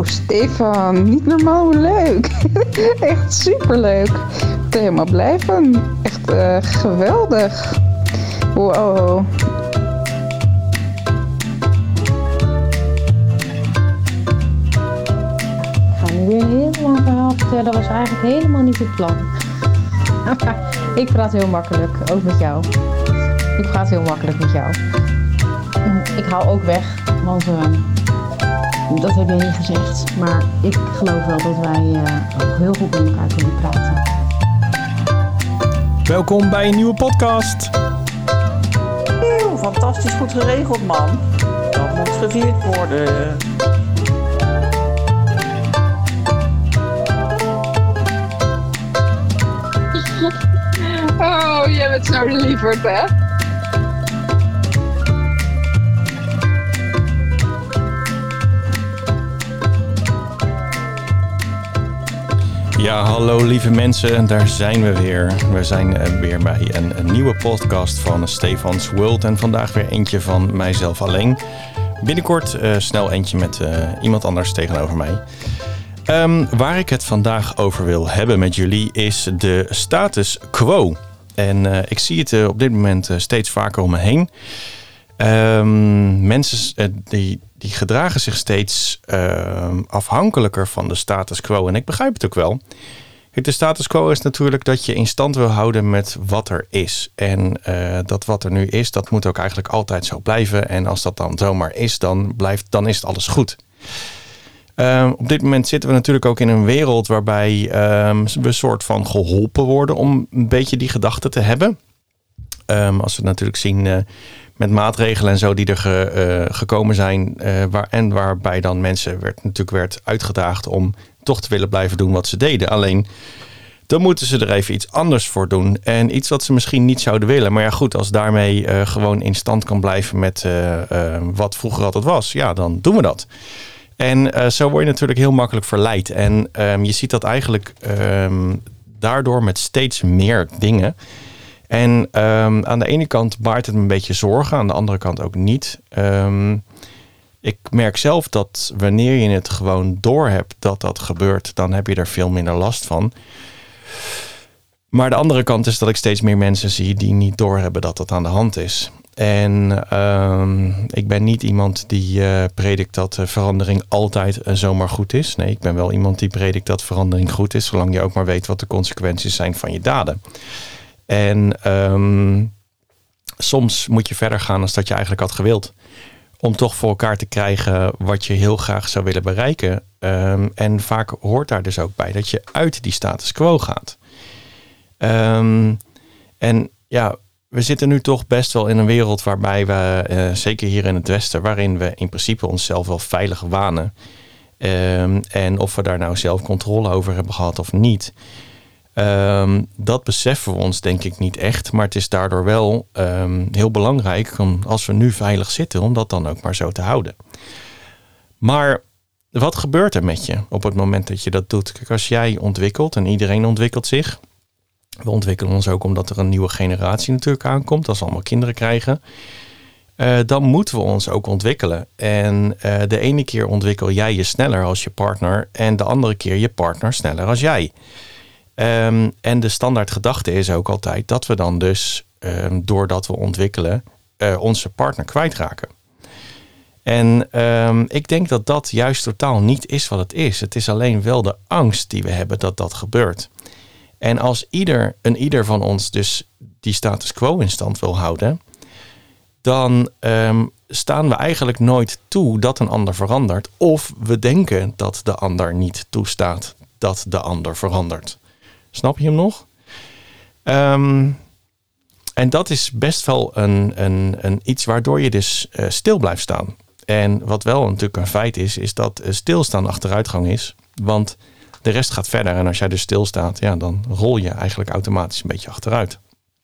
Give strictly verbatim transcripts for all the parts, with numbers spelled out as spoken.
Wow, Stefan, niet normaal leuk. Echt superleuk. Ik ben helemaal blij van. Echt uh, geweldig. Wow. Ik ga nu weer helemaal een verhaal vertellen. Dat was eigenlijk helemaal niet het plan. Ik praat heel makkelijk, ook met jou. Ik praat heel makkelijk met jou. Ik hou ook weg, want uh, dat heb je niet gezegd. Maar ik geloof wel dat wij uh, ook heel goed met elkaar kunnen praten. Welkom bij een nieuwe podcast. Eeuw, fantastisch goed geregeld, man. Dat moet gevierd worden. Oh, jij bent zo lieverd, hè? Ja, hallo lieve mensen, daar zijn we weer. We zijn uh, weer bij een, een nieuwe podcast van Stefan's World. En vandaag weer eentje van mijzelf alleen. Binnenkort uh, snel eentje met uh, iemand anders tegenover mij. Um, waar ik het vandaag over wil hebben met jullie is de status quo. En uh, ik zie het uh, op dit moment uh, steeds vaker om me heen. Um, mensen uh, die, die gedragen zich steeds uh, afhankelijker van de status quo. En ik begrijp het ook wel. De status quo is natuurlijk dat je in stand wil houden met wat er is. En uh, dat wat er nu is, dat moet ook eigenlijk altijd zo blijven. En als dat dan zomaar is, dan, blijft, dan is het alles goed. Uh, op dit moment zitten we natuurlijk ook in een wereld waarbij uh, we een soort van geholpen worden om een beetje die gedachten te hebben. Um, als we natuurlijk zien uh, met maatregelen en zo die er ge, uh, gekomen zijn. Uh, waar, en waarbij dan mensen werd, natuurlijk werd uitgedaagd om toch te willen blijven doen wat ze deden. Alleen dan moeten ze er even iets anders voor doen. En iets wat ze misschien niet zouden willen. Maar ja goed, als daarmee uh, gewoon in stand kan blijven met uh, uh, wat vroeger altijd was. Ja, dan doen we dat. En uh, zo word je natuurlijk heel makkelijk verleid. En um, je ziet dat eigenlijk um, daardoor met steeds meer dingen. En um, aan de ene kant baart het me een beetje zorgen. Aan de andere kant ook niet. Um, ik merk zelf dat wanneer je het gewoon doorhebt dat dat gebeurt, dan heb je er veel minder last van. Maar de andere kant is dat ik steeds meer mensen zie die niet doorhebben dat dat aan de hand is. En um, ik ben niet iemand die uh, predikt dat uh, verandering altijd uh, zomaar goed is. Nee, ik ben wel iemand die predikt dat verandering goed is, zolang je ook maar weet wat de consequenties zijn van je daden. En um, soms moet je verder gaan dan dat je eigenlijk had gewild. Om toch voor elkaar te krijgen wat je heel graag zou willen bereiken. Um, en vaak hoort daar dus ook bij dat je uit die status quo gaat. Um, en ja, we zitten nu toch best wel in een wereld waarbij we, uh, zeker hier in het Westen, waarin we in principe onszelf wel veilig wanen. Um, en of we daar nou zelf controle over hebben gehad of niet. Um, dat beseffen we ons denk ik niet echt. Maar het is daardoor wel um, heel belangrijk om, als we nu veilig zitten, om dat dan ook maar zo te houden. Maar wat gebeurt er met je op het moment dat je dat doet? Kijk, als jij ontwikkelt en iedereen ontwikkelt zich. We ontwikkelen ons ook omdat er een nieuwe generatie natuurlijk aankomt. Als we allemaal kinderen krijgen. Uh, dan moeten we ons ook ontwikkelen. En uh, de ene keer ontwikkel jij je sneller als je partner. En de andere keer je partner sneller als jij. Um, en de standaard gedachte is ook altijd dat we dan dus, um, doordat we ontwikkelen, uh, onze partner kwijtraken. En um, ik denk dat dat juist totaal niet is wat het is. Het is alleen wel de angst die we hebben dat dat gebeurt. En als ieder, een ieder van ons dus die status quo in stand wil houden, dan um, staan we eigenlijk nooit toe dat een ander verandert. Of we denken dat de ander niet toestaat dat de ander verandert. Snap je hem nog? Um, en dat is best wel een, een, een iets waardoor je dus uh, stil blijft staan. En wat wel natuurlijk een feit is, is dat stilstaan achteruitgang is. Want de rest gaat verder. En als jij dus stilstaat, ja, dan rol je eigenlijk automatisch een beetje achteruit.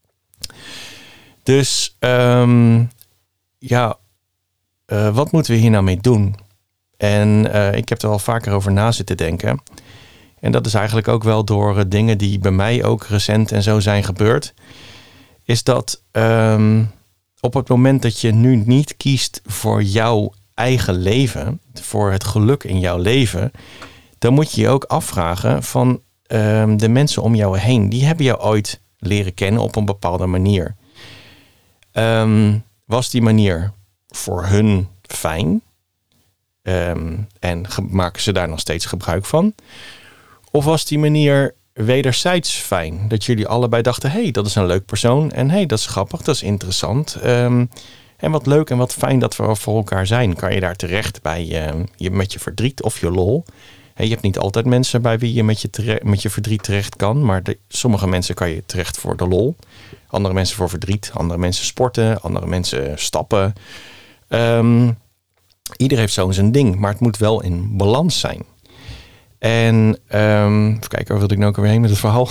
Dus um, ja, uh, wat moeten we hier nou mee doen? En uh, ik heb er wel vaker over na zitten denken. En dat is eigenlijk ook wel door uh, dingen die bij mij ook recent en zo zijn gebeurd. Is dat um, op het moment dat je nu niet kiest voor jouw eigen leven, voor het geluk in jouw leven, dan moet je je ook afvragen van um, de mensen om jou heen, die hebben jou ooit leren kennen op een bepaalde manier. Um, was die manier voor hun fijn? Um, en ge- maken ze daar nog steeds gebruik van? Of was die manier wederzijds fijn? Dat jullie allebei dachten, hé, hey, dat is een leuk persoon. En hé, hey, dat is grappig, dat is interessant. Um, en wat leuk en wat fijn dat we voor elkaar zijn. Kan je daar terecht bij uh, je, met je verdriet of je lol? Hey, je hebt niet altijd mensen bij wie je met je, tere- met je verdriet terecht kan. Maar de, sommige mensen kan je terecht voor de lol. Andere mensen voor verdriet. Andere mensen sporten. Andere mensen stappen. Um, ieder heeft zo zijn ding. Maar het moet wel in balans zijn. En um, even kijken, waar wilde ik nou ook weer heen met het verhaal?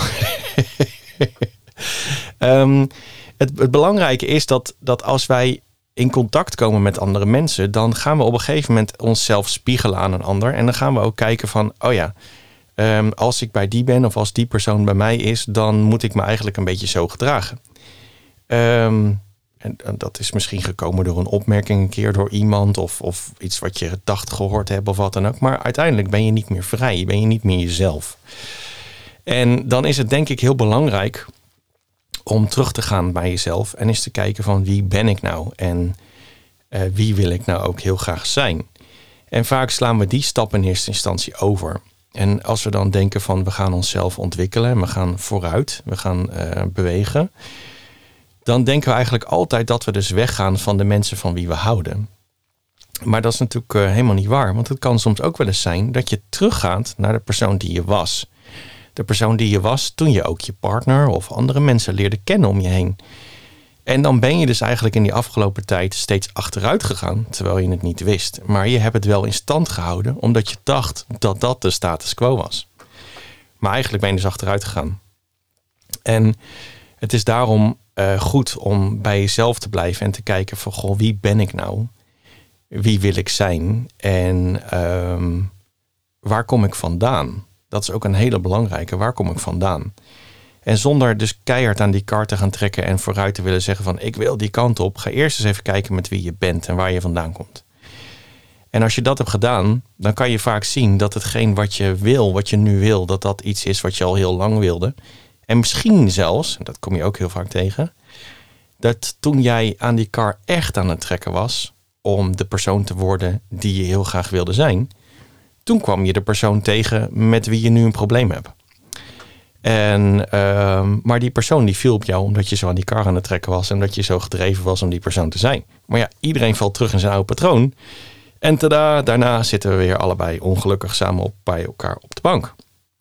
um, het, het belangrijke is dat, dat als wij in contact komen met andere mensen, dan gaan we op een gegeven moment onszelf spiegelen aan een ander. En dan gaan we ook kijken van, oh ja, um, als ik bij die ben of als die persoon bij mij is, dan moet ik me eigenlijk een beetje zo gedragen. Um, en, en dat is misschien gekomen door een opmerking een keer door iemand of, of iets wat je dacht gehoord hebt of wat dan ook. Maar uiteindelijk ben je niet meer vrij, ben je niet meer jezelf. En dan is het denk ik heel belangrijk om terug te gaan bij jezelf en eens te kijken van wie ben ik nou en uh, wie wil ik nou ook heel graag zijn. En vaak slaan we die stap in eerste instantie over. En als we dan denken van we gaan onszelf ontwikkelen, we gaan vooruit, we gaan uh, bewegen, dan denken we eigenlijk altijd dat we dus weggaan van de mensen van wie we houden. Maar dat is natuurlijk uh, helemaal niet waar, want het kan soms ook wel eens zijn dat je teruggaat naar de persoon die je was. De persoon die je was toen je ook je partner of andere mensen leerde kennen om je heen. En dan ben je dus eigenlijk in die afgelopen tijd steeds achteruit gegaan, terwijl je het niet wist. Maar je hebt het wel in stand gehouden, omdat je dacht dat dat de status quo was. Maar eigenlijk ben je dus achteruit gegaan. En het is daarom uh, goed om bij jezelf te blijven en te kijken van, goh, wie ben ik nou? Wie wil ik zijn? En um, waar kom ik vandaan? Dat is ook een hele belangrijke. Waar kom ik vandaan? En zonder dus keihard aan die kar te gaan trekken en vooruit te willen zeggen van ik wil die kant op. Ga eerst eens even kijken met wie je bent en waar je vandaan komt. En als je dat hebt gedaan, dan kan je vaak zien dat hetgeen wat je wil, wat je nu wil, dat dat iets is wat je al heel lang wilde. En misschien zelfs, en dat kom je ook heel vaak tegen, dat toen jij aan die kar echt aan het trekken was om de persoon te worden die je heel graag wilde zijn, toen kwam je de persoon tegen met wie je nu een probleem hebt. En, uh, maar die persoon die viel op jou omdat je zo aan die kar aan het trekken was en omdat je zo gedreven was om die persoon te zijn. Maar ja, iedereen valt terug in zijn oude patroon. En tada, daarna zitten we weer allebei ongelukkig samen op, bij elkaar op de bank.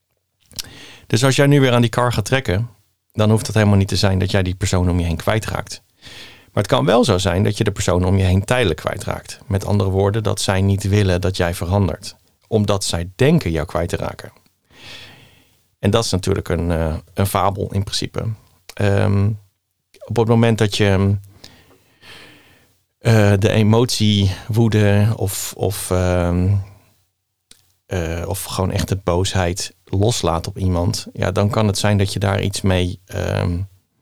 Dus als jij nu weer aan die kar gaat trekken, dan hoeft het helemaal niet te zijn dat jij die persoon om je heen kwijtraakt. Maar het kan wel zo zijn dat je de persoon om je heen tijdelijk kwijtraakt. Met andere woorden, dat zij niet willen dat jij verandert. Omdat zij denken jou kwijt te raken. En dat is natuurlijk een, uh, een fabel in principe. Um, op het moment dat je uh, de emotie, woede of, of, um, uh, of gewoon echt de boosheid loslaat op iemand, ja, dan kan het zijn dat je daar iets mee um,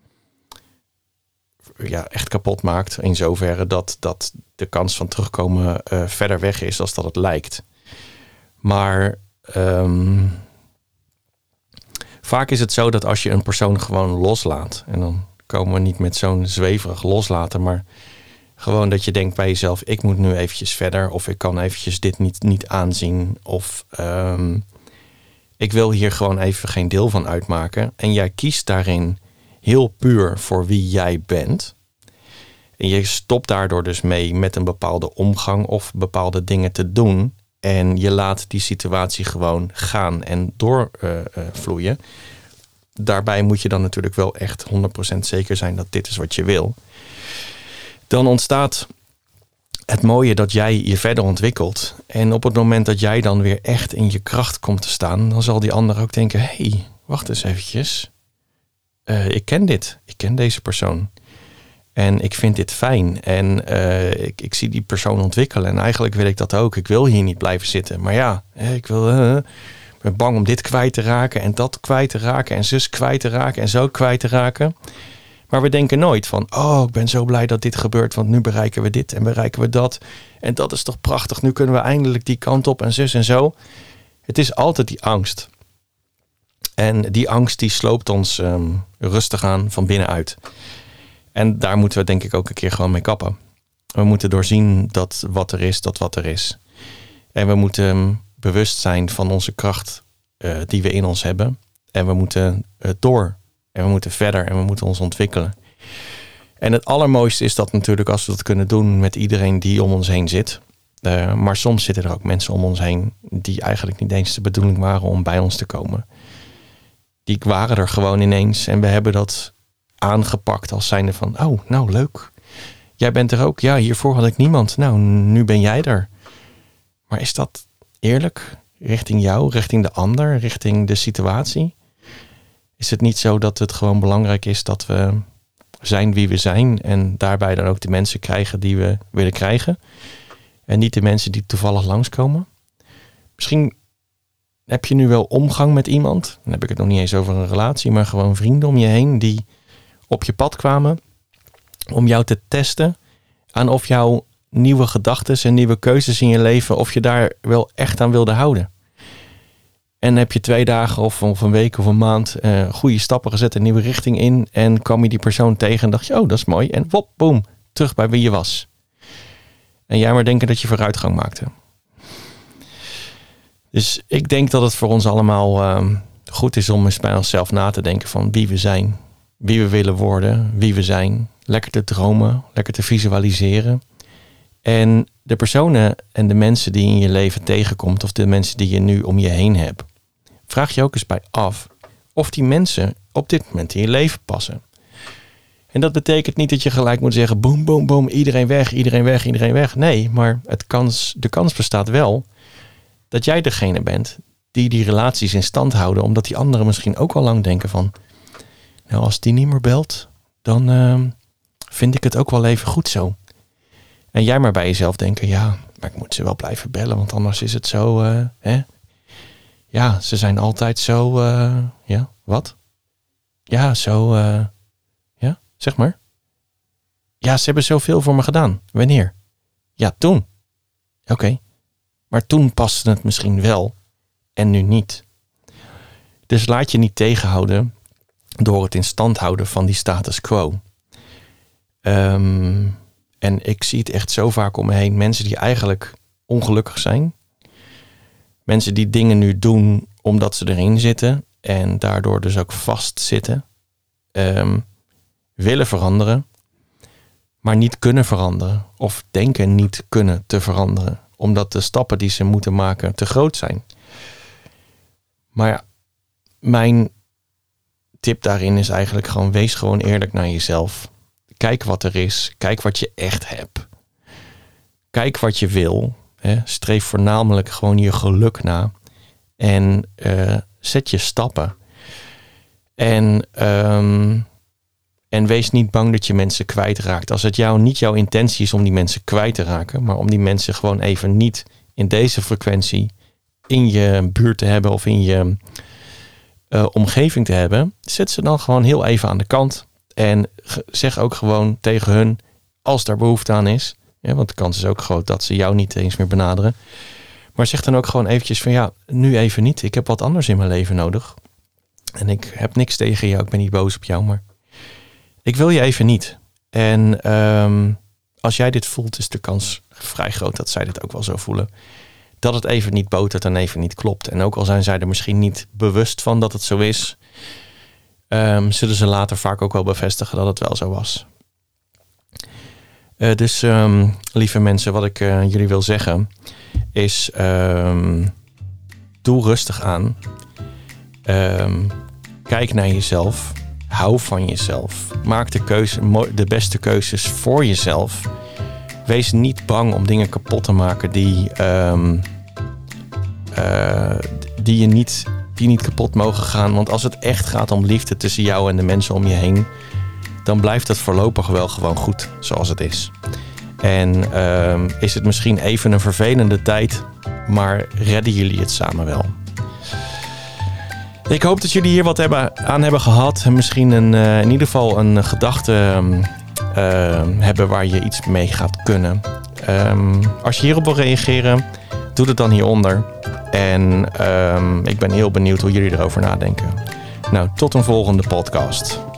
ja, echt kapot maakt. In zoverre dat, dat de kans van terugkomen uh, verder weg is dan dat het lijkt. Maar um, vaak is het zo dat als je een persoon gewoon loslaat, en dan komen we niet met zo'n zweverig loslaten, maar gewoon dat je denkt bij jezelf, ik moet nu eventjes verder, of ik kan eventjes dit niet, niet aanzien, of um, ik wil hier gewoon even geen deel van uitmaken. En jij kiest daarin heel puur voor wie jij bent. En je stopt daardoor dus mee met een bepaalde omgang of bepaalde dingen te doen. En je laat die situatie gewoon gaan en doorvloeien. Uh, uh, Daarbij moet je dan natuurlijk wel echt honderd procent zeker zijn dat dit is wat je wil. Dan ontstaat het mooie dat jij je verder ontwikkelt. En op het moment dat jij dan weer echt in je kracht komt te staan, dan zal die ander ook denken, hé, hey, wacht eens eventjes. Uh, ik ken dit. Ik ken deze persoon. En ik vind dit fijn. En uh, ik, ik zie die persoon ontwikkelen. En eigenlijk wil ik dat ook. Ik wil hier niet blijven zitten. Maar ja, ik wil, uh, ben bang om dit kwijt te raken. En dat kwijt te raken. En zus kwijt te raken. En zo kwijt te raken. Maar we denken nooit van, oh, ik ben zo blij dat dit gebeurt, want nu bereiken we dit en bereiken we dat. En dat is toch prachtig, nu kunnen we eindelijk die kant op en zus en zo. Het is altijd die angst. En die angst die sloopt ons um, rustig aan van binnenuit. En daar moeten we denk ik ook een keer gewoon mee kappen. We moeten doorzien dat wat er is, dat wat er is. En we moeten um, bewust zijn van onze kracht uh, die we in ons hebben. En we moeten uh, door. En we moeten verder en we moeten ons ontwikkelen. En het allermooiste is dat natuurlijk als we dat kunnen doen met iedereen die om ons heen zit. Uh, maar soms zitten er ook mensen om ons heen die eigenlijk niet eens de bedoeling waren om bij ons te komen. Die waren er gewoon ineens en we hebben dat aangepakt als zijnde van, oh, nou leuk. Jij bent er ook. Ja, hiervoor had ik niemand. Nou, nu ben jij er. Maar is dat eerlijk? Richting jou, richting de ander, richting de situatie? Is het niet zo dat het gewoon belangrijk is dat we zijn wie we zijn en daarbij dan ook de mensen krijgen die we willen krijgen? En niet de mensen die toevallig langskomen? Misschien heb je nu wel omgang met iemand. Dan heb ik het nog niet eens over een relatie, maar gewoon vrienden om je heen die op je pad kwamen om jou te testen aan of jouw nieuwe gedachten en nieuwe keuzes in je leven, of je daar wel echt aan wilde houden. En heb je twee dagen of, of een week of een maand uh, goede stappen gezet, een nieuwe richting in en kwam je die persoon tegen en dacht je, oh, dat is mooi. En wop, boem, terug bij wie je was. En jij maar denken dat je vooruitgang maakte. Dus ik denk dat het voor ons allemaal uh, goed is om eens bij onszelf na te denken van wie we zijn. Wie we willen worden, wie we zijn. Lekker te dromen, lekker te visualiseren. En de personen en de mensen die je in je leven tegenkomt, of de mensen die je nu om je heen hebt, vraag je ook eens bij af of die mensen op dit moment in je leven passen. En dat betekent niet dat je gelijk moet zeggen, boem, boem, boem, iedereen weg, iedereen weg, iedereen weg. Nee, maar het kans, de kans bestaat wel dat jij degene bent die die relaties in stand houden, omdat die anderen misschien ook al lang denken van, nou, als die niet meer belt, dan uh, vind ik het ook wel even goed zo. En jij maar bij jezelf denken, ja, maar ik moet ze wel blijven bellen, want anders is het zo, uh, hè? Ja, ze zijn altijd zo, uh, ja, wat? Ja, zo, uh, ja, zeg maar. Ja, ze hebben zoveel voor me gedaan. Wanneer? Ja, toen. Oké. Okay. Maar toen paste het misschien wel en nu niet. Dus laat je niet tegenhouden door het in stand houden van die status quo. Um, en ik zie het echt zo vaak om me heen. Mensen die eigenlijk ongelukkig zijn. Mensen die dingen nu doen omdat ze erin zitten. En daardoor dus ook vastzitten. Um, willen veranderen. Maar niet kunnen veranderen. Of denken niet kunnen te veranderen. Omdat de stappen die ze moeten maken te groot zijn. Maar ja, mijn tip daarin is eigenlijk gewoon, wees gewoon eerlijk naar jezelf. Kijk wat er is. Kijk wat je echt hebt. Kijk wat je wil. Hè. Streef voornamelijk gewoon je geluk na. En uh, zet je stappen. En, um, en wees niet bang dat je mensen kwijtraakt. Als het jou niet jouw intentie is om die mensen kwijt te raken, maar om die mensen gewoon even niet in deze frequentie in je buurt te hebben of in je uh, omgeving te hebben, zet ze dan gewoon heel even aan de kant. En zeg ook gewoon tegen hun, als daar behoefte aan is, ja, want de kans is ook groot dat ze jou niet eens meer benaderen. Maar zeg dan ook gewoon eventjes van, ja, nu even niet. Ik heb wat anders in mijn leven nodig. En ik heb niks tegen jou, ik ben niet boos op jou, maar ik wil je even niet. En um, als jij dit voelt, is de kans vrij groot dat zij dit ook wel zo voelen. Dat het even niet botert en even niet klopt. En ook al zijn zij er misschien niet bewust van dat het zo is, Um, zullen ze later vaak ook wel bevestigen dat het wel zo was. Uh, dus um, lieve mensen, wat ik uh, jullie wil zeggen is, um, doe rustig aan. Um, kijk naar jezelf. Hou van jezelf. Maak de, keuze, de beste keuzes voor jezelf. Wees niet bang om dingen kapot te maken die, um, uh, die je niet... die niet kapot mogen gaan. Want als het echt gaat om liefde tussen jou en de mensen om je heen, dan blijft het voorlopig wel gewoon goed zoals het is. En uh, is het misschien even een vervelende tijd, maar redden jullie het samen wel. Ik hoop dat jullie hier wat hebben, aan hebben gehad. Misschien een, uh, in ieder geval een gedachte um, uh, hebben waar je iets mee gaat kunnen. Um, als je hierop wil reageren, doe het dan hieronder. En um, ik ben heel benieuwd hoe jullie erover nadenken. Nou, tot een volgende podcast.